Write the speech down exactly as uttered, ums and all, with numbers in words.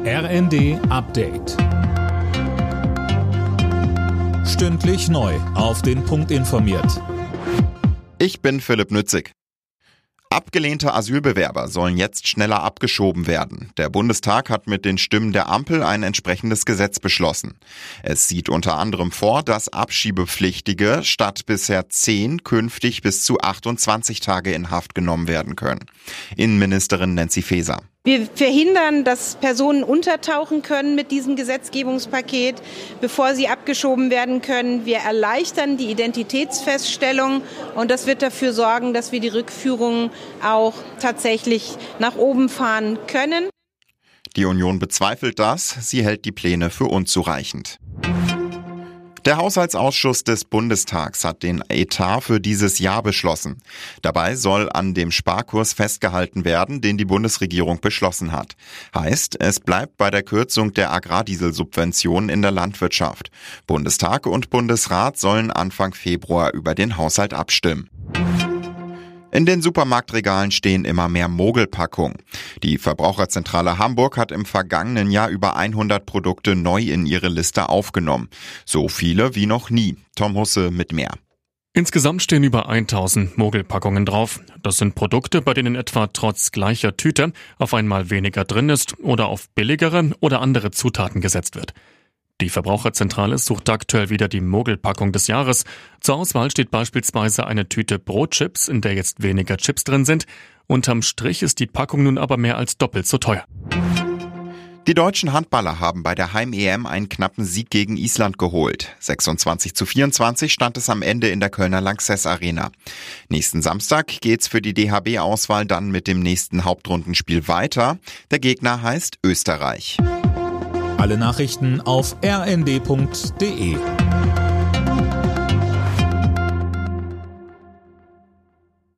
R N D Update. Stündlich neu auf den Punkt informiert. Ich bin Philipp Nützig. Abgelehnte Asylbewerber sollen jetzt schneller abgeschoben werden. Der Bundestag hat mit den Stimmen der Ampel ein entsprechendes Gesetz beschlossen. Es sieht unter anderem vor, dass Abschiebepflichtige statt bisher zehn künftig bis zu achtundzwanzig Tage in Haft genommen werden können. Innenministerin Nancy Faeser. Wir verhindern, dass Personen untertauchen können mit diesem Gesetzgebungspaket, bevor sie abgeschoben werden können. Wir erleichtern die Identitätsfeststellung und das wird dafür sorgen, dass wir die Rückführung auch tatsächlich nach oben fahren können. Die Union bezweifelt das. Sie hält die Pläne für unzureichend. Der Haushaltsausschuss des Bundestags hat den Etat für dieses Jahr beschlossen. Dabei soll an dem Sparkurs festgehalten werden, den die Bundesregierung beschlossen hat. Heißt, es bleibt bei der Kürzung der Agrardieselsubventionen in der Landwirtschaft. Bundestag und Bundesrat sollen Anfang Februar über den Haushalt abstimmen. In den Supermarktregalen stehen immer mehr Mogelpackungen. Die Verbraucherzentrale Hamburg hat im vergangenen Jahr über hundert Produkte neu in ihre Liste aufgenommen. So viele wie noch nie. Tom Husse mit mehr. Insgesamt stehen über tausend Mogelpackungen drauf. Das sind Produkte, bei denen etwa trotz gleicher Tüte auf einmal weniger drin ist oder auf billigere oder andere Zutaten gesetzt wird. Die Verbraucherzentrale sucht aktuell wieder die Mogelpackung des Jahres. Zur Auswahl steht beispielsweise eine Tüte Brotchips, in der jetzt weniger Chips drin sind. Unterm Strich ist die Packung nun aber mehr als doppelt so teuer. Die deutschen Handballer haben bei der Heim-E M einen knappen Sieg gegen Island geholt. sechsundzwanzig zu vierundzwanzig stand es am Ende in der Kölner Lanxess Arena. Nächsten Samstag geht's für die D H B-Auswahl dann mit dem nächsten Hauptrundenspiel weiter. Der Gegner heißt Österreich. Alle Nachrichten auf r n d punkt d e.